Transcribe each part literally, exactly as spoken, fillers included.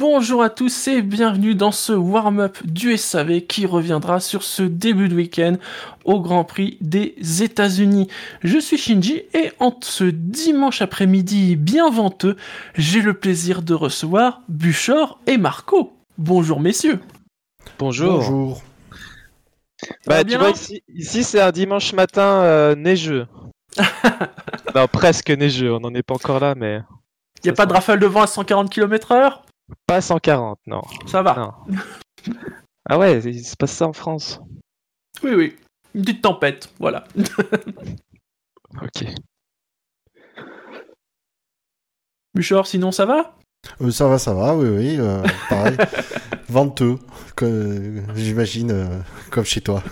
bonjour à tous et bienvenue dans ce warm-up du S A V qui reviendra sur ce début de week-end au Grand Prix des États-Unis. Je suis Shinji et en ce dimanche après-midi bien venteux, j'ai le plaisir de recevoir Buchor et Marco. Bonjour messieurs. Bonjour. Bonjour. Bah, tu vois, ici, ici c'est un dimanche matin euh, neigeux. Non, presque neigeux, on n'en est pas encore là, mais... Il n'y a pas de rafale de vent à cent quarante kilomètres heure ? Pas cent quarante, non. Ça va. Non. Ah ouais, il se passe ça en France. Oui, oui. Une petite tempête, voilà. Ok. Buchor, sinon ça va ? Euh, ça va, ça va, oui, oui, euh, pareil. Venteux, que, euh, j'imagine, euh, comme chez toi.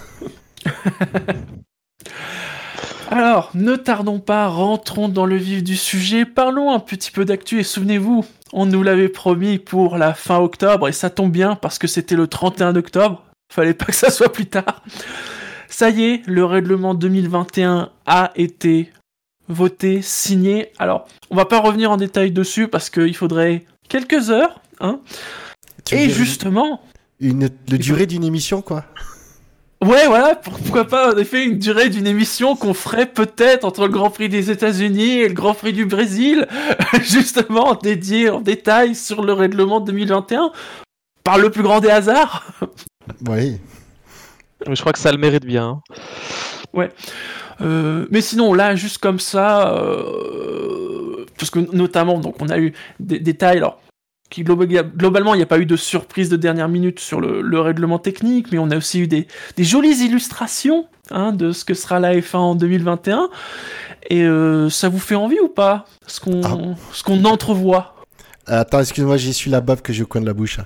Alors, ne tardons pas, rentrons dans le vif du sujet, parlons un petit peu d'actu et souvenez-vous, on nous l'avait promis pour la fin octobre et ça tombe bien parce que c'était le trente et un octobre, fallait pas que ça soit plus tard. Ça y est, le règlement deux mille vingt et un a été voté, signé. Alors, on va pas revenir en détail dessus parce qu'il faudrait quelques heures, hein. Tu Et veux dire justement... Une, le durée d'une émission, quoi. Ouais, voilà, pourquoi pas, en effet, une durée d'une émission qu'on ferait peut-être entre le Grand Prix des États-Unis et le Grand Prix du Brésil, justement dédié en détail sur le règlement deux mille vingt et un, par le plus grand des hasards. Oui. Je crois que ça le mérite bien. Hein. Ouais. Euh, mais sinon, là, juste comme ça, euh, parce que notamment, donc, on a eu des détails, alors, qui globalement, il n'y a pas eu de surprise de dernière minute sur le, le règlement technique, mais on a aussi eu des, des jolies illustrations hein, de ce que sera la F un en deux mille vingt et un. Et euh, ça vous fait envie ou pas, ce qu'on, ah. ce qu'on entrevoit? Attends, excuse-moi, j'ai su la bave que j'ai au coin de la bouche.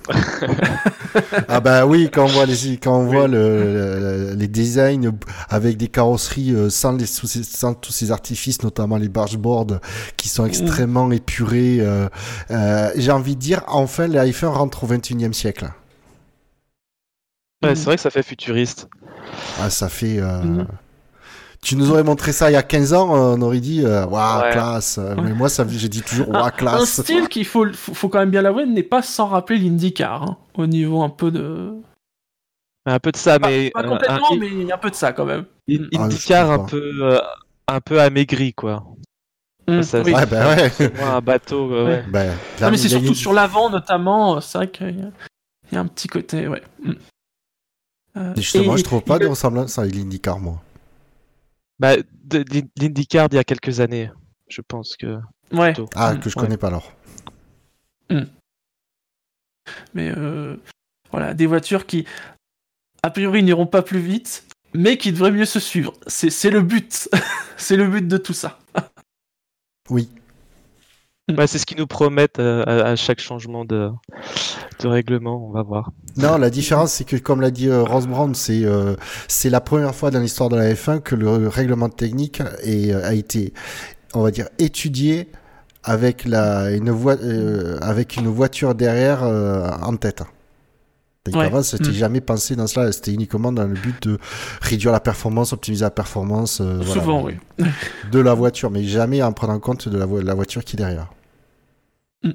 Ah bah oui, quand on voit les, quand on oui. voit le, le, les designs avec des carrosseries euh, sans, les, sans tous ces artifices, notamment les bargeboards qui sont extrêmement mmh. épurés, euh, euh, j'ai envie de dire, enfin, la F un rentre au vingt et unième siècle. Ouais, mmh. c'est vrai que ça fait futuriste. Ah, ça fait... Euh... Mmh. Tu nous aurais montré ça il y a quinze ans, on aurait dit waouh, wow, ouais. classe. Mais moi, ça, j'ai dit toujours waouh, wow, classe. Un style qu'il faut, faut quand même bien l'avouer, n'est pas sans rappeler l'IndyCar, hein, au niveau un peu de. Un peu de ça, pas, mais. Pas complètement, un... mais il y a un peu de ça quand même. IndyCar ah, un peu, euh, un peu amaigri, quoi. Mmh, ça, oui. Ouais, bah ouais. Un bateau, euh, ouais. Bah, non, mais c'est surtout sur l'avant, notamment. C'est vrai qu'il y a, il y a un petit côté, ouais. Euh, Justement, et, je trouve et, pas et... de ressemblance avec l'IndyCar, moi. Bah, de, de, l'IndyCar d'il y a quelques années, je pense que... Ouais. Plutôt. Ah, que je connais ouais. pas alors. Mm. Mais euh, voilà, des voitures qui, a priori, n'iront pas plus vite, mais qui devraient mieux se suivre. C'est, c'est le but. C'est le but de tout ça. Oui. Bah, c'est ce qu'ils nous promettent à, à, à chaque changement de, de règlement, on va voir. Non, la différence, c'est que, comme l'a dit euh, Ross Brown, c'est, euh, c'est la première fois dans l'histoire de la F un que le règlement technique est, a été, on va dire, étudié avec, la, une, vo- euh, avec une voiture derrière euh, en tête. Donc ouais. Avant, c'était mmh. jamais pensé dans cela, c'était uniquement dans le but de réduire la performance, optimiser la performance euh, Souvent, voilà, oui. de la voiture, mais jamais en prenant compte de la, vo- la voiture qui est derrière. Mmh.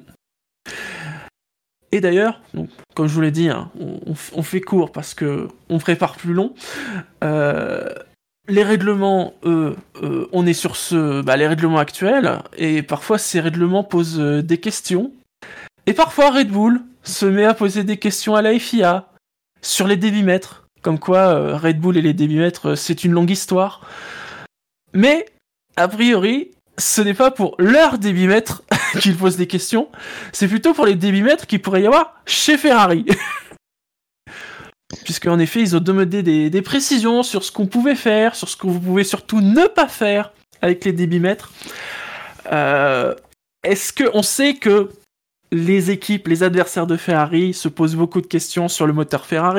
Et d'ailleurs, donc, comme je vous l'ai dit, hein, on, on fait court parce que on prépare plus long. Euh, les règlements, eux, euh, on est sur ce, bah, les règlements actuels, et parfois ces règlements posent euh, des questions. Et parfois Red Bull se met à poser des questions à la F I A sur les débitmètres. Comme quoi, euh, Red Bull et les débitmètres, c'est une longue histoire. Mais, a priori, ce n'est pas pour leur débitmètre qu'ils posent des questions, c'est plutôt pour les débitmètres qu'il pourrait y avoir chez Ferrari. Puisqu'en effet, ils ont demandé des, des précisions sur ce qu'on pouvait faire, sur ce que vous pouvez surtout ne pas faire avec les débitmètres. Euh, est-ce qu'on sait que les équipes, les adversaires de Ferrari se posent beaucoup de questions sur le moteur Ferrari ?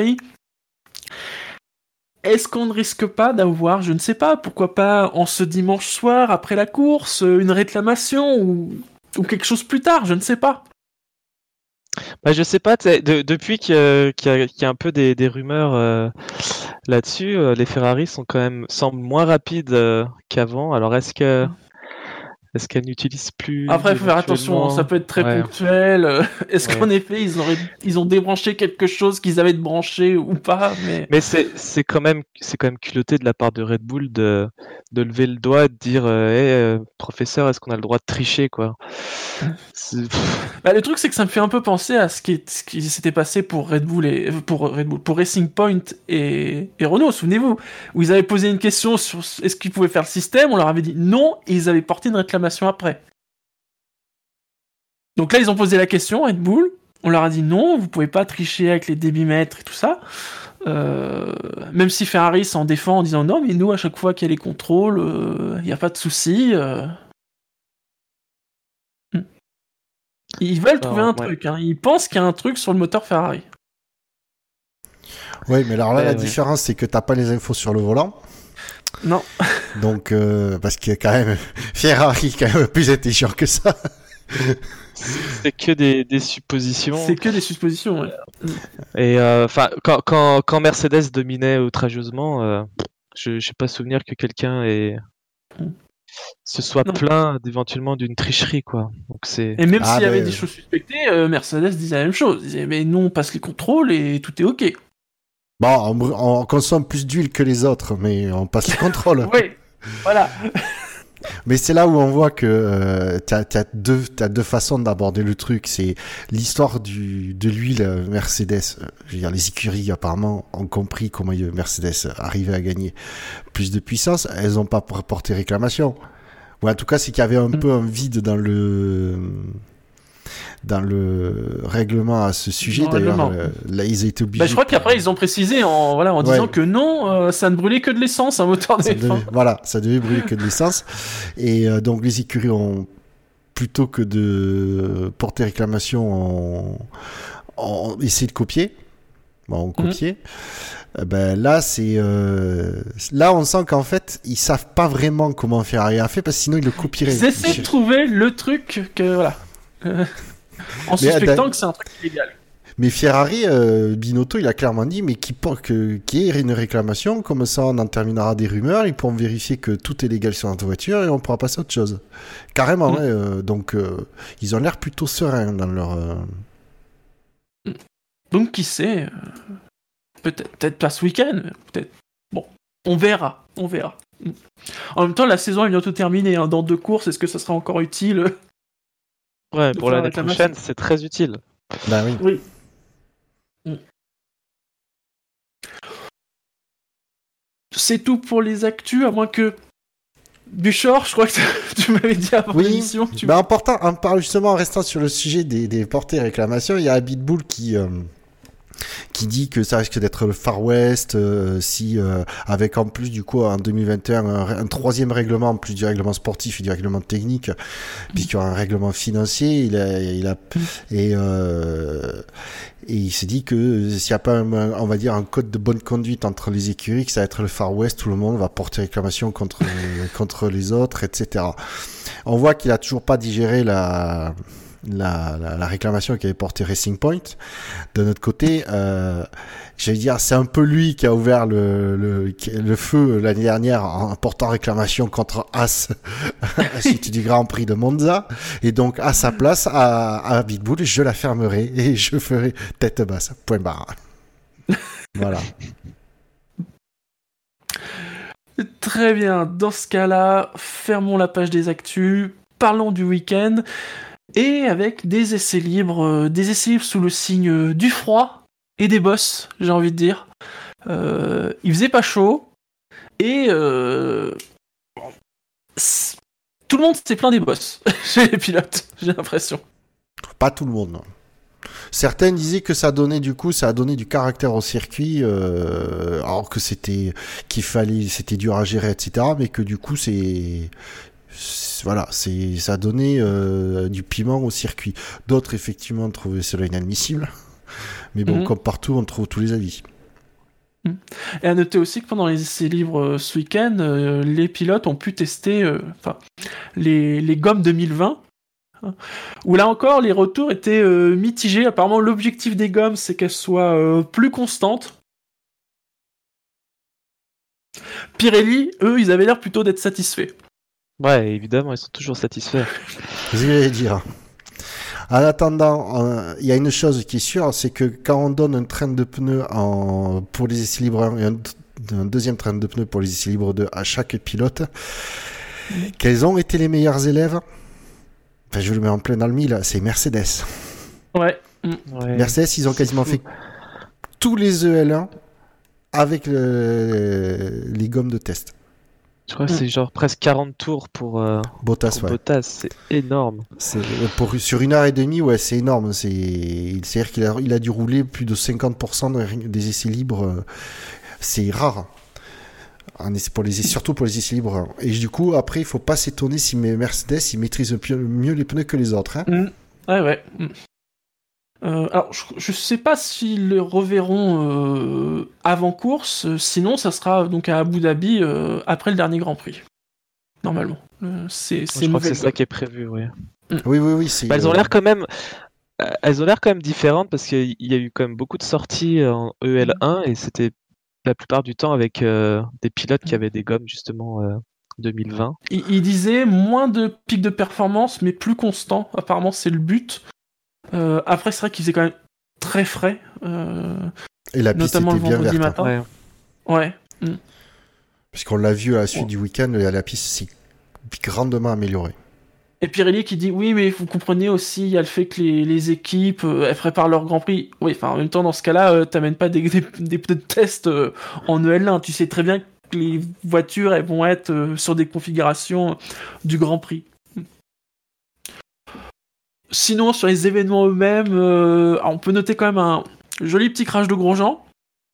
Est-ce qu'on ne risque pas d'avoir, je ne sais pas, pourquoi pas en ce dimanche soir, après la course, une réclamation ou, ou quelque chose plus tard, je ne sais pas. Bah, je sais pas, de, depuis qu'il y, a, qu'il, y a, qu'il y a un peu des, des rumeurs euh, là-dessus, euh, les Ferrari sont quand même, semblent moins rapides euh, qu'avant. Alors est-ce que, Est-ce qu'elle n'utilise plus? Après, il faut faire attention, ça peut être très ouais. ponctuel. Est-ce ouais. qu'en effet, ils, auraient, ils ont débranché quelque chose qu'ils avaient débranché ou pas? Mais, mais c'est, c'est, quand même, c'est quand même culotté de la part de Red Bull de, de lever le doigt et de dire euh, hey, euh, professeur, est-ce qu'on a le droit de tricher, quoi? Bah, le truc, c'est que ça me fait un peu penser à ce qui, ce qui s'était passé pour Red Bull et pour Red Bull, pour Racing Point et, et Renault, souvenez-vous, où ils avaient posé une question sur est-ce qu'ils pouvaient faire le système, on leur avait dit non, et ils avaient porté une réclamation après. Donc là, ils ont posé la question, Red Bull, on leur a dit non, vous pouvez pas tricher avec les débitmètres et tout ça. Euh, même si Ferrari s'en défend en disant non, mais nous, à chaque fois qu'il y a les contrôles, il euh, n'y a pas de souci. Euh... Ils veulent trouver oh, un ouais. truc, hein. Ils pensent qu'il y a un truc sur le moteur Ferrari. Oui, mais alors là, euh, la ouais. différence, c'est que t'as pas les infos sur le volant. Non. Donc, euh, parce que quand même, Ferrari est quand même plus intelligent que ça. C'est que des, des suppositions. C'est que des suppositions, ouais. Et enfin, euh, quand, quand, quand Mercedes dominait outrageusement, euh, je n'ai pas souvenir que quelqu'un ait... se soit non. plaint éventuellement d'une tricherie, quoi. Donc c'est... Et même ah, s'il y mais... avait des choses suspectées, euh, Mercedes disait la même chose. Il disait mais nous on passe les contrôles et tout est ok. Bon, on, on consomme plus d'huile que les autres, mais on passe les contrôles. Oui, voilà. Mais c'est là où on voit que euh, t'as, t'as, deux, t'as deux façons d'aborder le truc. C'est l'histoire du, de l'huile Mercedes. Je veux dire, les écuries apparemment ont compris comment Mercedes arrivait à gagner plus de puissance. Elles n'ont pas porté réclamation. Ou en tout cas, c'est qu'il y avait un mmh. peu un vide dans le dans le règlement à ce sujet. Dans D'ailleurs, euh, là, ils étaient obligés. Bah, je crois qu'après, ils ont précisé en, voilà, en ouais. disant que non, euh, ça ne brûlait que de l'essence, un moteur de devait, Voilà, ça devait brûler que de l'essence. Et euh, donc, les écuries ont, plutôt que de porter réclamation, ont, ont essayé de copier. Bon, on copiait. Mmh. Euh, ben, là, c'est, euh, là, on sent qu'en fait, ils savent pas vraiment comment Ferrari a fait, parce que sinon, ils le copieraient. Ils essaient ils... de trouver le truc que, voilà. En suspectant que c'est un truc illégal. Mais Ferrari, euh, Binotto, il a clairement dit, mais qu'il que, qu'il y ait une réclamation, comme ça on en terminera des rumeurs, ils pourront vérifier que tout est légal sur notre voiture et on pourra passer à autre chose. Carrément, mmh. ouais, euh, donc euh, ils ont l'air plutôt sereins dans leur... Euh... Donc qui sait, euh, peut-être, peut-être pas ce week-end, peut-être... Bon, on verra, on verra. En même temps, la saison est bientôt terminée, hein. Dans deux courses, est-ce que ça sera encore utile ? Ouais, pour l'année prochaine, c'est très utile. Bah oui. Oui. Mm. C'est tout pour les actus, à moins que... Buchor, je crois que tu m'avais dit avant oui. l'émission. Tu... Bah en, portant, en parlant justement, en restant sur le sujet des, des portées réclamations, il y a Abitbull qui... Euh... qui dit que ça risque d'être le Far West euh, si euh, avec en plus du coup en deux mille vingt et un un, un troisième règlement en plus du règlement sportif et du règlement technique puisqu'il y aura un règlement financier il a, il a et, euh, et il s'est dit que s'il n'y a pas un, on va dire un code de bonne conduite entre les écuries que ça va être le Far West, tout le monde va porter réclamation contre contre les autres, etc. On voit qu'il a toujours pas digéré la La, la, la réclamation qui avait porté Racing Point. De notre côté, euh, je vais dire, c'est un peu lui qui a ouvert le, le, le feu l'année dernière en portant réclamation contre Haas à la suite du Grand Prix de Monza. Et donc, à sa place, à, à Abitbull, je la fermerai et je ferai tête basse. Point barre. Voilà. Très bien. Dans ce cas-là, fermons la page des actus. Parlons du week-end. Et avec des essais libres, euh, des essais libres sous le signe euh, du froid et des bosses, j'ai envie de dire. Euh, il faisait pas chaud et euh, tout le monde s'est plaint des bosses chez les pilotes, j'ai l'impression. Pas tout le monde. Non. Certains disaient que ça donnait du coup, ça a donné du caractère au circuit, euh, alors que c'était qu'il fallait, c'était dur à gérer, et cetera. Mais que du coup c'est Voilà, c'est, ça a donné euh, du piment au circuit. D'autres, effectivement, trouvaient cela inadmissible. Mais bon, mmh. comme partout, on trouve tous les avis. Mmh. Et à noter aussi que pendant les essais libres euh, ce week-end, euh, les pilotes ont pu tester euh, les, les gommes deux mille vingt. Hein, où là encore, les retours étaient euh, mitigés. Apparemment, l'objectif des gommes, c'est qu'elles soient euh, plus constantes. Pirelli, eux, ils avaient l'air plutôt d'être satisfaits. Ouais, évidemment, ils sont toujours satisfaits. C'est ce que j'allais dire. En attendant, euh, il y a une chose qui est sûre, c'est que quand on donne un train de pneus en, pour les essais libres un et un, un deuxième train de pneus pour les essais libres deux à chaque pilote, mmh. quels ont été les meilleurs élèves? Enfin, je le mets en plein dans le mille, c'est Mercedes. Ouais. Mmh. ouais. Mercedes, ils ont quasiment fait tous les E L un avec le, les gommes de test. Je crois que c'est genre presque quarante tours pour, euh, Bottas, pour ouais. Bottas, c'est énorme. C'est, pour, sur une heure et demie, ouais, c'est énorme. C'est, c'est-à-dire qu'il a, il a dû rouler plus de cinquante pour cent des essais libres. C'est rare. Pour les, surtout pour les essais libres. Et du coup, après, il ne faut pas s'étonner si Mercedes ils maîtrisent mieux les pneus que les autres. Hein. Mmh. Ouais, ouais. Mmh. Euh, alors, je ne sais pas s'ils le reverront euh, avant course, sinon ça sera donc à Abu Dhabi euh, après le dernier Grand Prix. Normalement. Euh, c'est, c'est je crois que c'est ça qui est prévu, oui. Mm. Oui, oui, oui. C'est, bah, elles ont euh... l'air quand même. Elles ont l'air quand même différentes parce qu'il y a eu quand même beaucoup de sorties en E L un et c'était la plupart du temps avec euh, des pilotes qui avaient des gommes justement euh, deux mille vingt. Il, il disait moins de pics de performance mais plus constant. Apparemment, c'est le but. Euh, après, c'est vrai qu'il faisait quand même très frais. Euh, et la piste notamment était le vendredi bien verte, matin. Ouais. ouais. Mm. Puisqu'on l'a vu à la suite ouais. du week-end, la piste s'est grandement améliorée. Et Pirelli qui dit oui, mais vous comprenez aussi, il y a le fait que les, les équipes euh, elles préparent leur Grand Prix. Oui, enfin en même temps, dans ce cas-là, euh, t'amènes pas des, des, des pneus de test euh, en E L un. Tu sais très bien que les voitures elles vont être euh, sur des configurations du Grand Prix. Sinon, sur les événements eux-mêmes, euh, on peut noter quand même un joli petit crash de Grosjean.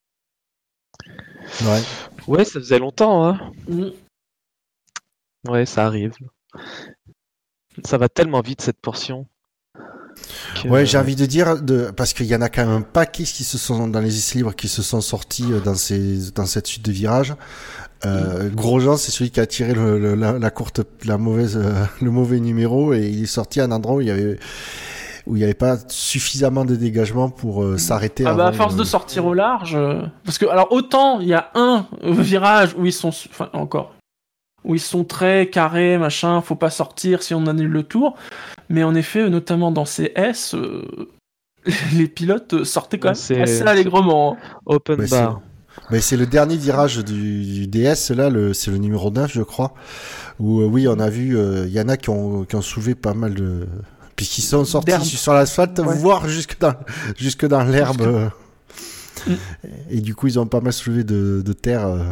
Ouais. Ouais, ça faisait longtemps, hein. Mmh. Ouais, ça arrive. Ça va tellement vite cette portion. Que... Ouais, j'ai envie de dire, de... parce qu'il y en a quand même un paquet qui se sont dans les essais libres qui se sont sortis dans, ces... dans cette suite de virages. Euh, mmh. Grosjean, c'est celui qui a tiré le, le, la, la courte, la mauvaise, euh, le mauvais numéro et il est sorti à un endroit où il y avait, où il y avait pas suffisamment de dégagement pour euh, s'arrêter. Ah bah à force euh... de sortir au large, euh... parce que alors autant il y a un virage où ils sont, enfin encore, où ils sont très carrés, machin, faut pas sortir si on annule le tour, mais en effet, notamment dans ces S, euh, les pilotes sortaient quand même c'est, assez allègrement. Open mais bar. C'est... Mais c'est le dernier virage du, du D S, là, le, c'est le numéro neuf, je crois, où, euh, oui, on a vu, il euh, y en a qui ont, qui ont soulevé pas mal de... Puisqu'ils sont sortis D'herbe. sur l'asphalte, ouais. voire jusque dans, jusque dans l'herbe. Euh... Mm. Et du coup, ils ont pas mal soulevé de, de terre. Euh...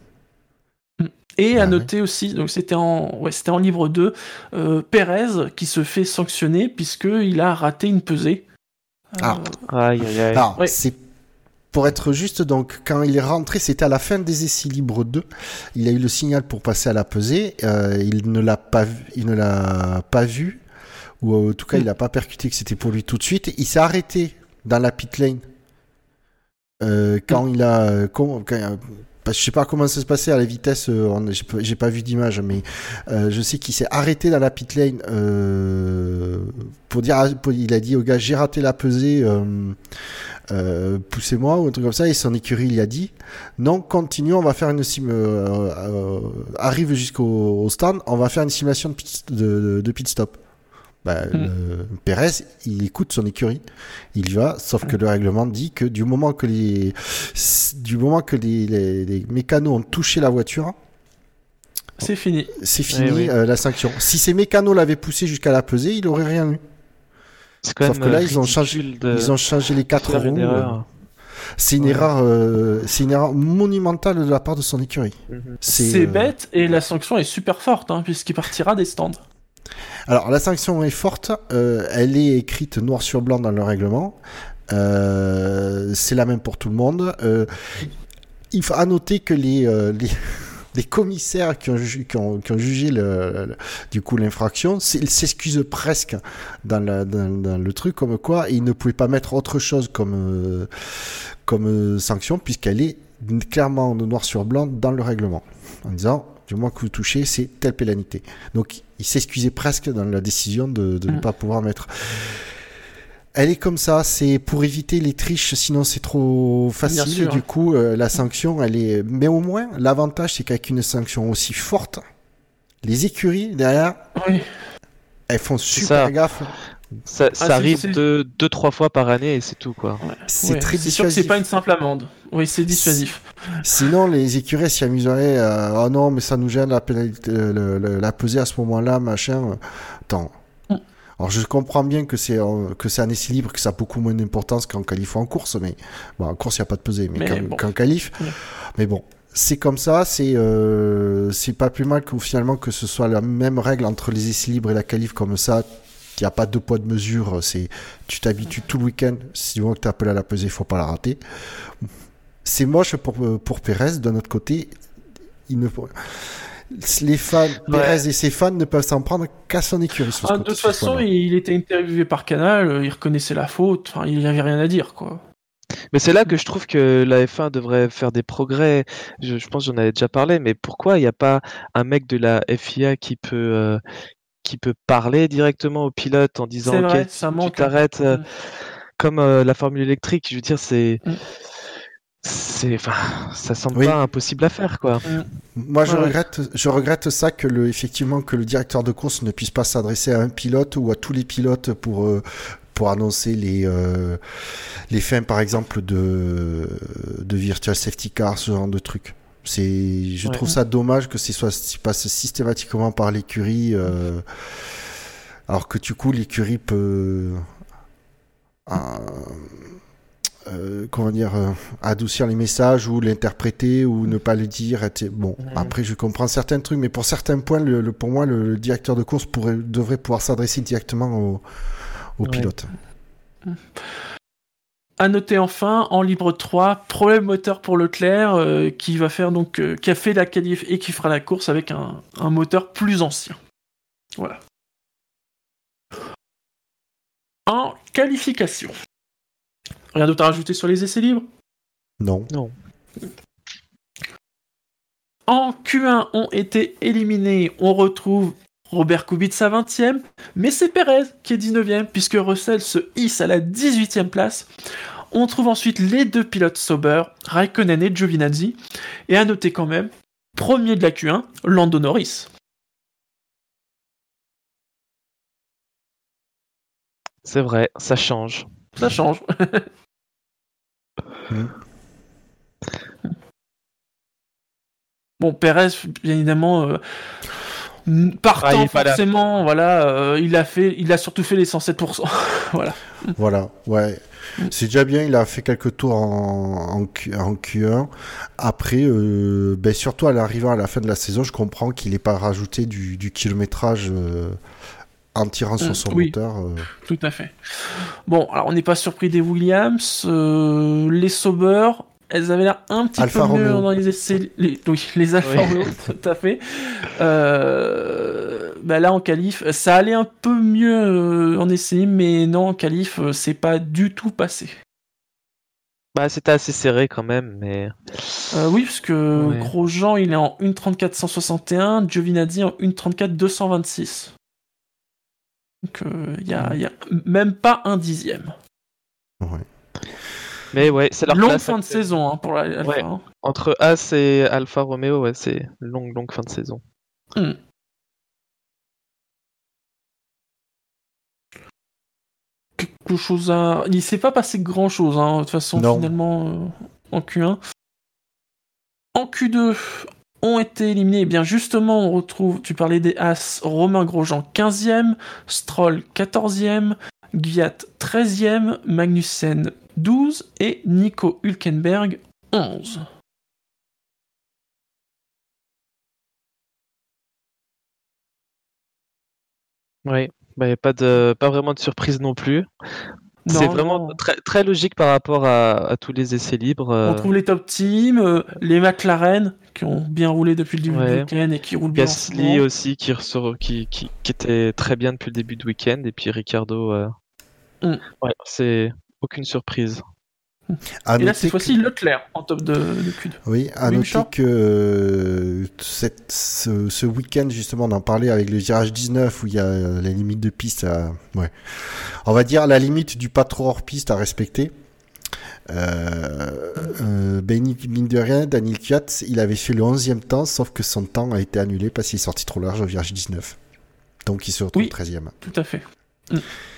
Et ah, à noter ouais. aussi, donc c'était en, ouais, c'était en livre deux, euh, Pérez qui se fait sanctionner puisqu'il a raté une pesée. Ah, euh... aïe, aïe, aïe. Alors, ouais. c'est... Pour être juste, donc, quand il est rentré, c'était à la fin des essais libres deux. Il a eu le signal pour passer à la pesée. Euh, il ne l'a pas vu, il ne l'a pas vu, ou en tout cas, il n'a pas percuté que c'était pour lui tout de suite. Il s'est arrêté dans la pit lane euh, quand il a, quand, quand, je sais pas comment ça se passait à la vitesse. Euh, j'ai, j'ai pas vu d'image, mais euh, je sais qu'il s'est arrêté dans la pit lane euh, pour dire, pour, il a dit au gars, j'ai raté la pesée. Euh, Euh, poussez-moi ou un truc comme ça, et son écurie il a dit non, continue, on va faire une sim euh, euh, arrive jusqu'au au stand, on va faire une simulation de pit, de, de pit stop. Bah, mm. le, Pérez il écoute son écurie, il y va, sauf que le règlement dit que du moment que les du moment que les, les, les mécanos ont touché la voiture, c'est fini, c'est fini oui, oui. Euh, la sanction. Si ces mécanos l'avaient poussé jusqu'à la pesée, il aurait rien eu. Sauf que là, ils ont changé, de... ils ont changé les quatre roues. Une c'est une ouais. erreur, euh, c'est une erreur monumentale de la part de son écurie. Mm-hmm. C'est, c'est euh... bête et la sanction est super forte, hein, puisqu'il partira des stands. Alors la sanction est forte, euh, elle est écrite noir sur blanc dans le règlement. Euh, c'est la même pour tout le monde. Euh, il faut à noter que les, euh, les... des commissaires qui ont, ju- qui ont, qui ont jugé le, le, du coup l'infraction, ils s'excusent presque dans, la, dans, dans le truc, comme quoi ils ne pouvaient pas mettre autre chose comme, euh, comme euh, sanction, puisqu'elle est clairement noir sur blanc dans le règlement, en disant du moins que vous touchez, c'est telle pénalité. Donc ils s'excusaient presque dans la décision de, de mmh. ne pas pouvoir mettre. Elle est comme ça, c'est pour éviter les triches, sinon c'est trop facile. Et du coup, euh, la sanction, elle est. Mais au moins, l'avantage, c'est qu'avec une sanction aussi forte, les écuries derrière, oui. elles font super ça. gaffe. Ça, Ah, ça c'est- arrive c'est- deux, deux, trois fois par année et c'est tout, quoi. Ouais. C'est Ouais, très c'est sûr que c'est dissuasif. pas une simple amende. Oui, c'est dissuasif. Sinon, les écuries s'y amuseraient. Euh, oh non, mais ça nous gêne la pénalité, euh, le- le- la peser à ce moment-là, machin. Attends. Mm. Alors, je comprends bien que c'est euh, que c'est un essai libre, que ça a beaucoup moins d'importance qu'en qualif ou en course, mais bon, en course, il n'y a pas de pesée, mais, Mais qu'en, bon. qu'en qualif. Mm. Mais bon. C'est comme ça, c'est euh, c'est pas plus mal que finalement que ce soit la même règle entre les essais libres et la qualif comme ça. Il n'y a pas deux poids de mesure, c'est tu t'habitues tout le week-end. Si tu vois que tu appelles à la pesée, il faut pas la rater. C'est moche pour pour Pérez. D'un autre côté, il ne les fans, Ouais. Pérez et ses fans ne peuvent s'en prendre qu'à son écurie. sur ce Ah, de côté- toute sur ce façon, point-là. il était interviewé par Canal, euh, il reconnaissait la faute, enfin, il n'y avait rien à dire, quoi. Mais c'est là que je trouve que la F un devrait faire des progrès. Je, je pense que j'en avais déjà parlé, mais pourquoi il n'y a pas un mec de la F I A qui peut, euh, qui peut parler directement au pilote en disant C'est ok, vrai, ça tu manque. t'arrêtes euh, Mm. comme euh, la formule électrique. Je veux dire, c'est, Mm. c'est, enfin, ça semble Oui. pas impossible à faire, quoi. Moi, je Ouais, ouais. regrette, je regrette ça que le, effectivement, que le directeur de course ne puisse pas s'adresser à un pilote ou à tous les pilotes pour, euh, pour annoncer les, euh, les fins, par exemple, de, de Virtual Safety Car, ce genre de trucs. C'est, je Ouais. trouve ça dommage que ce soit, ça passe systématiquement par l'écurie, euh, alors que du coup, l'écurie peut, euh, euh, comment dire, euh, adoucir les messages ou l'interpréter ou ne pas le dire. Et bon, Mhm. après, je comprends certains trucs, mais pour certains points, le, le- pour moi, le, le directeur de course pourrait, devrait pouvoir s'adresser directement au, au Ouais. pilote. À noter enfin, en libre trois, problème moteur pour Leclerc, euh, qui va faire donc, euh, qui a fait la qualif et qui fera la course avec un, un moteur plus ancien. Voilà. En qualification. Rien d'autre à rajouter sur les essais libres? Non. Non. En Q un ont été éliminés, on retrouve Robert Kubica vingtième, mais c'est Perez qui est dix-neuvième, puisque Russell se hisse à la dix-huitième place. On trouve ensuite les deux pilotes Sauber, Raikkonen et Giovinazzi, et à noter quand même, premier de la Q un, Lando Norris. C'est vrai, ça change. Ça change. Mm. Bon, Perez, bien évidemment, euh, partant Ah, il est pas là. forcément, voilà, euh, il a fait, il a surtout fait les cent sept pour cent. Voilà. Voilà, ouais. C'est déjà bien, il a fait quelques tours en, en, Q, en Q un. Après, euh, ben surtout à l'arrivant à la fin de la saison, je comprends qu'il n'ait pas rajouté du, du kilométrage euh, en tirant sur son Oui. moteur. euh. Tout à fait. Bon, alors on n'est pas surpris des Williams, euh, les Sauber, elles avaient l'air un petit Alfa peu mieux Romeo. dans les essais, les, oui, les Alfa Oui. Romeo, tout à fait. Euh, bah là en qualif, ça allait un peu mieux euh, en essai, mais non en qualif, euh, c'est pas du tout passé. Bah, c'était assez serré quand même, mais Euh, oui, parce que Ouais. Grosjean il est en une trente-quatre cent soixante et un, Giovinazzi en une trente-quatre deux cent vingt-six. Donc il y, a, y a même pas un dixième. Ouais. mais ouais, c'est leur Longue place fin de actuelle. saison hein, pour la Alfa. Ouais. hein. Entre As et Alfa Romeo, ouais, c'est longue, longue fin de saison. Hmm. Quelque chose à... Il s'est pas passé grand chose, hein, de toute façon, Non. finalement, euh, en Q un. En Q deux, ont été éliminés. Eh bien, justement, on retrouve, tu parlais des As, Romain Grosjean quinzième, Stroll quatorzième, Gviat treizième, Magnussen douze et Nico Hülkenberg onze. Oui, bah, y a pas de, pas vraiment de surprise non plus. C'est Non, vraiment non. très, très logique par rapport à, à tous les essais libres. euh, On trouve les top teams, euh, les McLaren qui ont bien roulé depuis le début Ouais. du week-end et qui roulent bien en ce Gasly moment. aussi qui, ressort, qui, qui, qui était très bien depuis le début du week-end, et puis Ricardo. euh, Mm. Ouais, c'est aucune surprise. À Et là, noter cette que- fois-ci, Leclerc en top de, de Q deux. Oui, à Oui, noter Michel que euh, cette, ce, ce week-end, justement, on en parlait avec le virage dix-neuf où il y a euh, la limite de piste à, ouais. On va dire la limite du pas trop hors piste à respecter. Euh, euh, ben, mine de rien, Daniel Kvyat, il avait fait le onzième temps, sauf que son temps a été annulé parce qu'il est sorti trop large au virage dix-neuf. Donc il se retrouve oui, treizième. Tout à fait. Mm.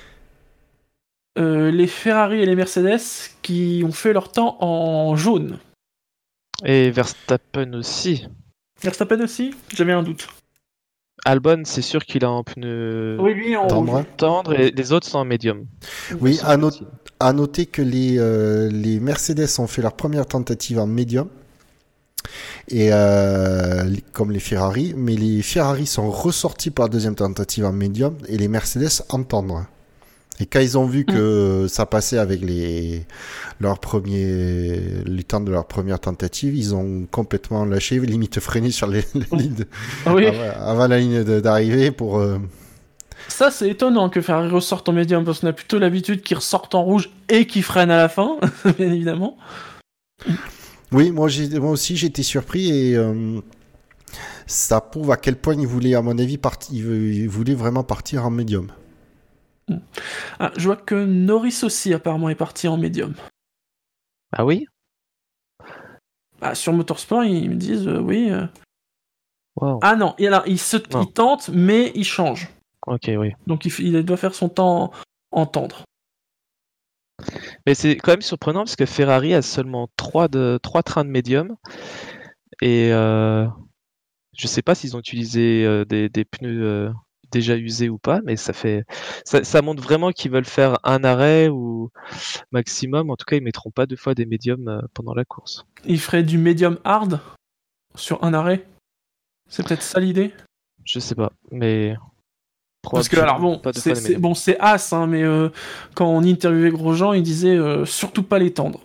Euh, les Ferrari et les Mercedes qui ont fait leur temps en jaune. Et Verstappen aussi. Verstappen aussi, j'avais un doute. Albon, c'est sûr qu'il a un pneu Oui, lui en Tendre. rouge. tendre et les autres sont en médium. Oui, à, not- semble-t-il. à noter que les, euh, les Mercedes ont fait leur première tentative en médium, et euh, les- comme les Ferrari, mais les Ferrari sont ressortis pour la deuxième tentative en médium et les Mercedes en tendre. Et quand ils ont vu que ça passait avec les leurs premiers les temps de leur première tentative, ils ont complètement lâché, limite freiné sur les, les lignes de- Ah oui, avant, avant la ligne de- d'arrivée pour. euh, ça c'est étonnant que Ferrari ressorte en médium parce qu'on a plutôt l'habitude qu'ils ressortent en rouge et qu'ils freinent à la fin, bien évidemment. Oui, moi, j'ai, moi aussi j'étais surpris et euh, ça prouve à quel point ils voulaient, à mon avis, partir. Ils voulaient vraiment partir en médium. Ah, je vois que Norris aussi apparemment est parti en médium. Ah oui? Ah, sur Motorsport, ils me disent euh, oui. euh. Wow. Ah non, et alors, il, se, Non. il tente, mais il change. Ok, oui. Donc il, f- il doit faire son temps en tendre. Mais c'est quand même surprenant parce que Ferrari a seulement trois de trois trains de médium et euh, je sais pas s'ils ont utilisé euh, des, des pneus euh, déjà usés ou pas, mais ça fait ça, ça montre vraiment qu'ils veulent faire un arrêt ou maximum. En tout cas, ils mettront pas deux fois des médiums euh, pendant la course. Il ferait du médium hard sur un arrêt. C'est peut-être ça l'idée. Je sais pas, mais Parce que alors bon, pas deux c'est, fois des c'est, médiums. bon, c'est As, hein, mais euh, quand on interviewait Grosjean, il disait euh, surtout pas les tendre.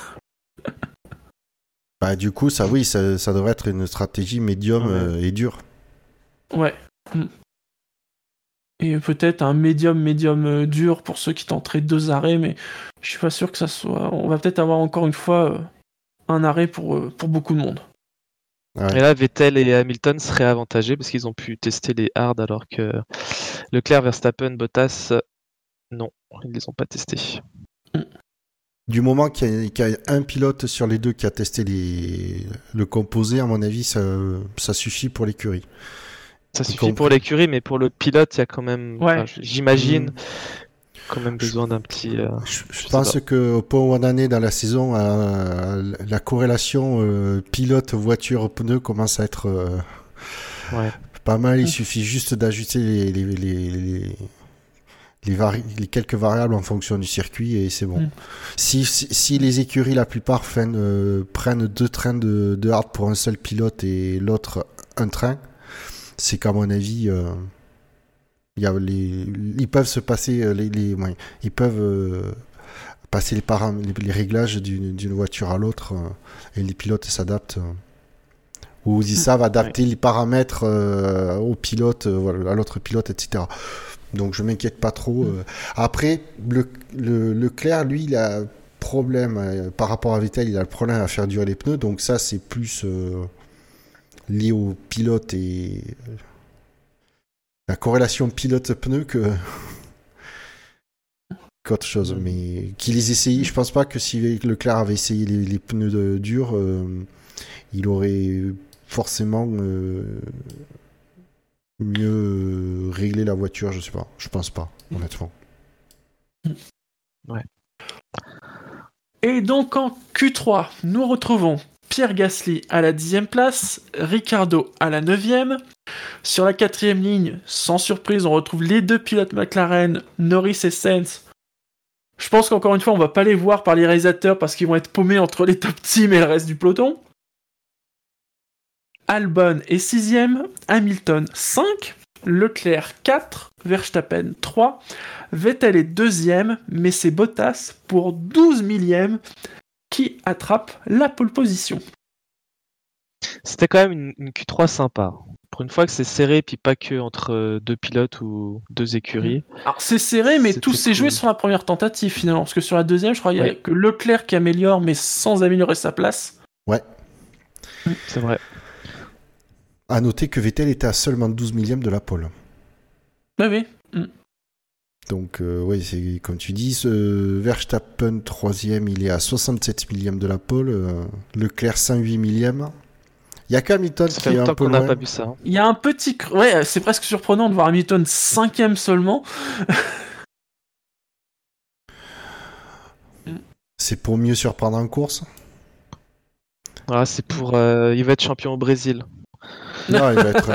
Bah, du coup, ça, oui, ça, ça devrait être une stratégie médium Ouais. euh, et dure. Ouais. Mm. Et peut-être un médium, médium euh, dur pour ceux qui tenteraient deux arrêts, mais je suis pas sûr que ça soit. On va peut-être avoir encore une fois euh, un arrêt pour, euh, pour beaucoup de monde. Ouais. Et là, Vettel et Hamilton seraient avantagés parce qu'ils ont pu tester les hards alors que Leclerc, Verstappen, Bottas, non, ils les ont pas testés. Du moment qu'il y, a, qu'il y a un pilote sur les deux qui a testé les, le composé, à mon avis, ça, ça suffit pour l'écurie. Ça Y suffit compris- pour l'écurie, mais pour le pilote, il y a quand même, Ouais. enfin, j'imagine, Mm. quand même besoin d'un petit. euh, Je, je sais pense pas. que au point où on en est dans la saison, euh, la corrélation euh, pilote-voiture-pneu commence à être euh, Ouais. pas mal. Il suffit juste d'ajuster les, les, les, les, les, vari- les quelques variables en fonction du circuit et c'est bon. Mm. Si, si, si les écuries, la plupart, prennent, euh, prennent deux trains de, de hard pour un seul pilote et l'autre un train, c'est qu'à mon avis, euh, il y a les, ils peuvent se passer euh, les, les ouais, ils peuvent euh, passer les, param- les, les réglages d'une, d'une voiture à l'autre euh, et les pilotes s'adaptent. euh, ou ils savent adapter les paramètres euh, au pilote, euh, voilà, à l'autre pilote, et cetera. Donc je m'inquiète pas trop. euh. Après, le, le, Leclerc, lui, il a problème euh, par rapport à Vettel, il a le problème à faire durer les pneus. Donc ça, c'est plus euh, lié au pilote et euh, la corrélation pilote-pneu que qu'autre chose. Mais qu'il les essaye, je pense pas que si Leclerc avait essayé les, les pneus de, durs, euh, il aurait forcément euh, mieux réglé la voiture. Je sais pas, je pense pas, honnêtement. Et donc en Q trois, nous retrouvons Pierre Gasly à la dixième place, Ricciardo à la neuvième. Sur la quatrième ligne, sans surprise, on retrouve les deux pilotes McLaren, Norris et Sainz. Je pense qu'encore une fois, on va pas les voir par les réalisateurs parce qu'ils vont être paumés entre les top teams et le reste du peloton. Albon est sixième, Hamilton cinq, Leclerc quatre, Verstappen trois, Vettel est deuxième, mais c'est Bottas pour douze millième qui attrape la pole position. C'était quand même une, une Q trois sympa. Pour une fois que c'est serré, puis pas que entre euh, deux pilotes ou deux écuries. Alors c'est serré, mais C'était tout s'est joué cool. sur la première tentative finalement, parce que sur la deuxième, je crois qu'il y a Oui. que Leclerc qui améliore, mais sans améliorer sa place. Ouais. C'est vrai. À noter que Vettel était à seulement douze millième de la pole. Bah oui. Mm. Donc, euh, oui, c'est comme tu dis, ce Verstappen troisième, il est à soixante-sept millièmes de la pole, euh, Leclerc cinq huit millièmes. Il y a qu'Hamilton Ça qui fait est un longtemps peu qu'on n'a loin. pas vu ça. hein. Il y a un petit... cr- Ouais, c'est presque surprenant de voir Hamilton cinquième seulement. C'est pour mieux surprendre en course. Ah, c'est pour. euh, il va être champion au Brésil. Non, il va être.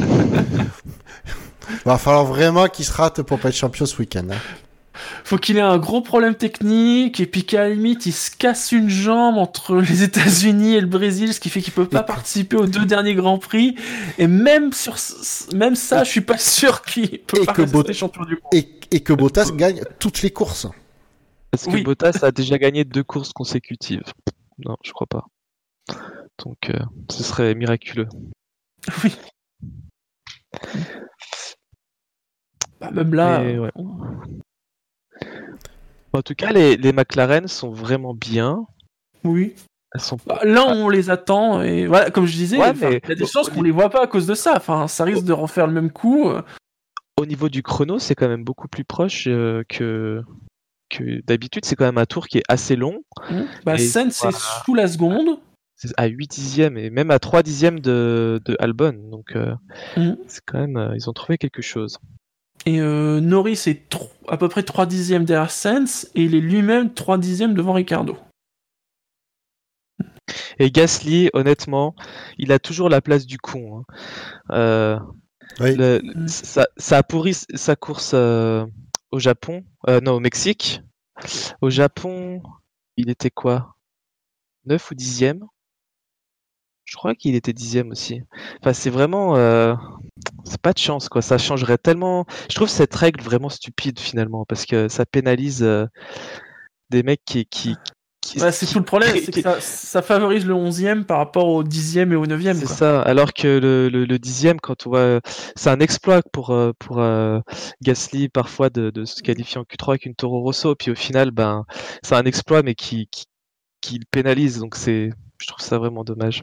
Va falloir vraiment qu'il se rate pour pas être champion ce week-end. Hein. Faut qu'il ait un gros problème technique et puis qu'à la limite il se casse une jambe entre les États-Unis et le Brésil, ce qui fait qu'il peut pas Et que- participer aux deux derniers grands prix. Et même sur ce- même ça, je suis pas sûr qu'il peut Et pas que rester Bot- champion du monde. Et, et que Bottas gagne toutes les courses. Parce que Oui. Bottas a déjà gagné deux courses consécutives. Non, je crois pas. Donc, euh, ce serait miraculeux. Oui. Bah, même là. Mais, euh, ouais. En tout cas, les, les McLaren sont vraiment bien. Oui. Elles sont Bah, là, on les attend et voilà, comme je disais, Ouais, enfin, mais- il y a des chances qu'on les voit pas à cause de ça. Enfin, ça risque de refaire le même coup. euh. au niveau du chrono, c'est quand même beaucoup plus proche euh, que, que d'habitude. C'est quand même un tour qui est assez long. Bah, Et Sainz, c'est voilà. sous la seconde. C'est à huit dixièmes et même à trois dixièmes de, de Albon. Donc, euh, Mhm. c'est quand même. euh, ils ont trouvé quelque chose. Et euh, Norris est tro- à peu près trois dixièmes derrière Sainz et il est lui-même trois dixièmes devant Ricardo. Et Gasly, honnêtement, il a toujours la place du con. hein. Euh, Oui. le- Mm. ça, ça a pourri s- sa course euh, au Japon, euh, non au Mexique. Au Japon, il était quoi neuf ou dixième Je crois qu'il était dixième aussi. Enfin, c'est vraiment, euh, c'est pas de chance quoi. Ça changerait tellement. Je trouve cette règle vraiment stupide finalement parce que ça pénalise euh, des mecs qui qui qui, Bah, c'est qui- tout le problème, qui- c'est que qui- ça, ça favorise le onzième par rapport au dixième et au neuvième. C'est Quoi. ça. Alors que le, le, le dixième, quand on voit, c'est un exploit pour euh, pour euh, Gasly parfois de, de se qualifier en Q trois avec une Toro Rosso. Puis au final, ben, c'est un exploit mais qui qui, qui le pénalise. Donc c'est, je trouve ça vraiment dommage.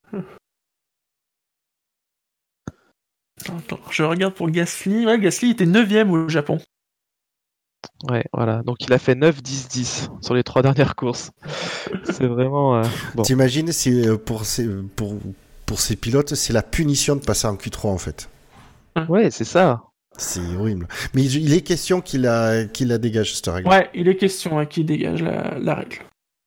Attends, je regarde pour Gasly. Ouais, Gasly était neuvième au Japon. Ouais, voilà. Donc il a fait neuf, dix, dix sur les trois dernières courses. C'est vraiment. euh, Bon. T'imagines, c'est euh, pour ces, pour, pour ces pilotes, c'est la punition de passer en Q trois en fait. Ouais, c'est ça. C'est horrible. Mais il il est question qu'il la, qu'il la dégage cette règle. Ouais, il est question hein, qui dégage la, la règle.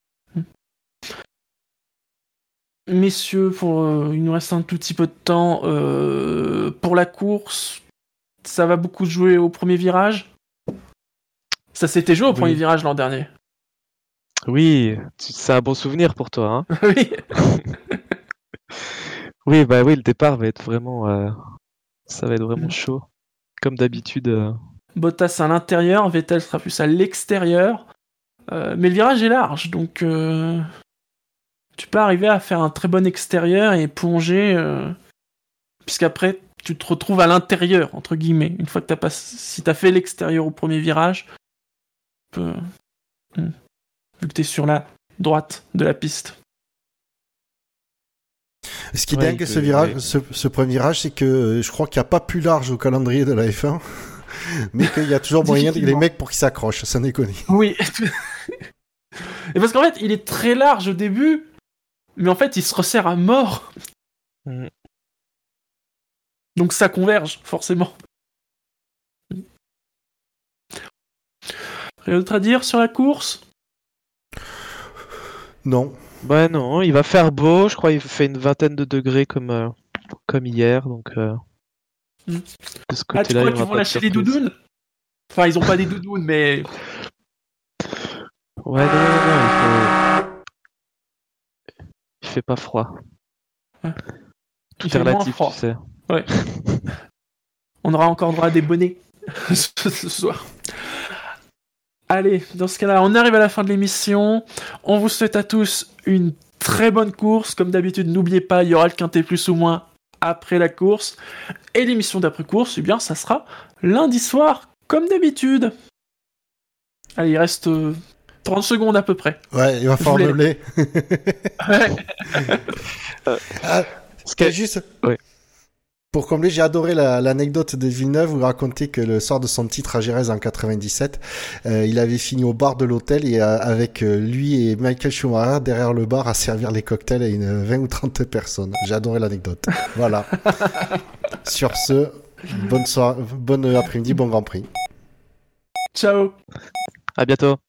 Messieurs, pour, euh, il nous reste un tout petit peu de temps. Euh, pour la course, ça va beaucoup jouer au premier virage. Ça s'était joué au Oui. premier virage l'an dernier. Oui, tu- c'est un bon souvenir pour toi. Hein. Oui. Oui, bah oui, le départ va être vraiment, euh, ça va être vraiment Mm. chaud, comme d'habitude. euh. Bottas à l'intérieur, Vettel sera plus à l'extérieur. Euh, mais le virage est large, donc euh, tu peux arriver à faire un très bon extérieur et plonger, euh, puisqu'après tu te retrouves à l'intérieur, entre guillemets. Une fois que t'as pas... Si t'as fait l'extérieur au premier virage, tu peux... Hmm. vu que t'es sur la droite de la piste. Ce qui est Ouais, dingue, il ce, peut- virage, ouais. ce, ce premier virage, c'est que euh, je crois qu'il n'y a pas plus large au calendrier de la F un, mais qu'il y a toujours moyen de les mecs pour qu'ils s'accrochent, ça déconne. Oui. Et parce qu'en fait, il est très large au début, mais en fait, il se resserre à mort. Mm. Donc ça converge, forcément. Rien d'autre à dire sur la course? Non. Bah non, il va faire beau, je crois qu'il fait une vingtaine de degrés comme, euh, comme hier, donc euh, Mm. de ce Ah, tu côté-là, crois il y qu'ils aura vont pas de lâcher les surprise. doudounes? Enfin, ils ont pas des doudounes, mais... Ouais, non, non, non, il faut... Il fait pas froid. Ouais. Tout Il est fait moins relatif, froid. tu sais. Ouais. On aura encore droit à des bonnets ce ce soir. Allez, dans ce cas-là, on arrive à la fin de l'émission. On vous souhaite à tous une très bonne course. Comme d'habitude, n'oubliez pas, il y aura le quintet plus ou moins après la course. Et l'émission d'après-course, eh bien, ça sera lundi soir, comme d'habitude. Allez, il reste euh, trente secondes à peu près. Ouais, il va Je falloir voulais- meubler. Ouais. Ah, Ce qui est- juste, Ouais. Pour combler, j'ai adoré la, l'anecdote de Villeneuve où il racontait que le soir de son titre à Jerez en quatre-vingt-dix-sept, euh, il avait fini au bar de l'hôtel et euh, avec euh, lui et Michael Schumacher derrière le bar à servir les cocktails à une vingt ou trente personnes. J'ai adoré l'anecdote. Voilà. Sur ce, bonne soirée, bonne après-midi, bon Grand Prix. Ciao. À bientôt.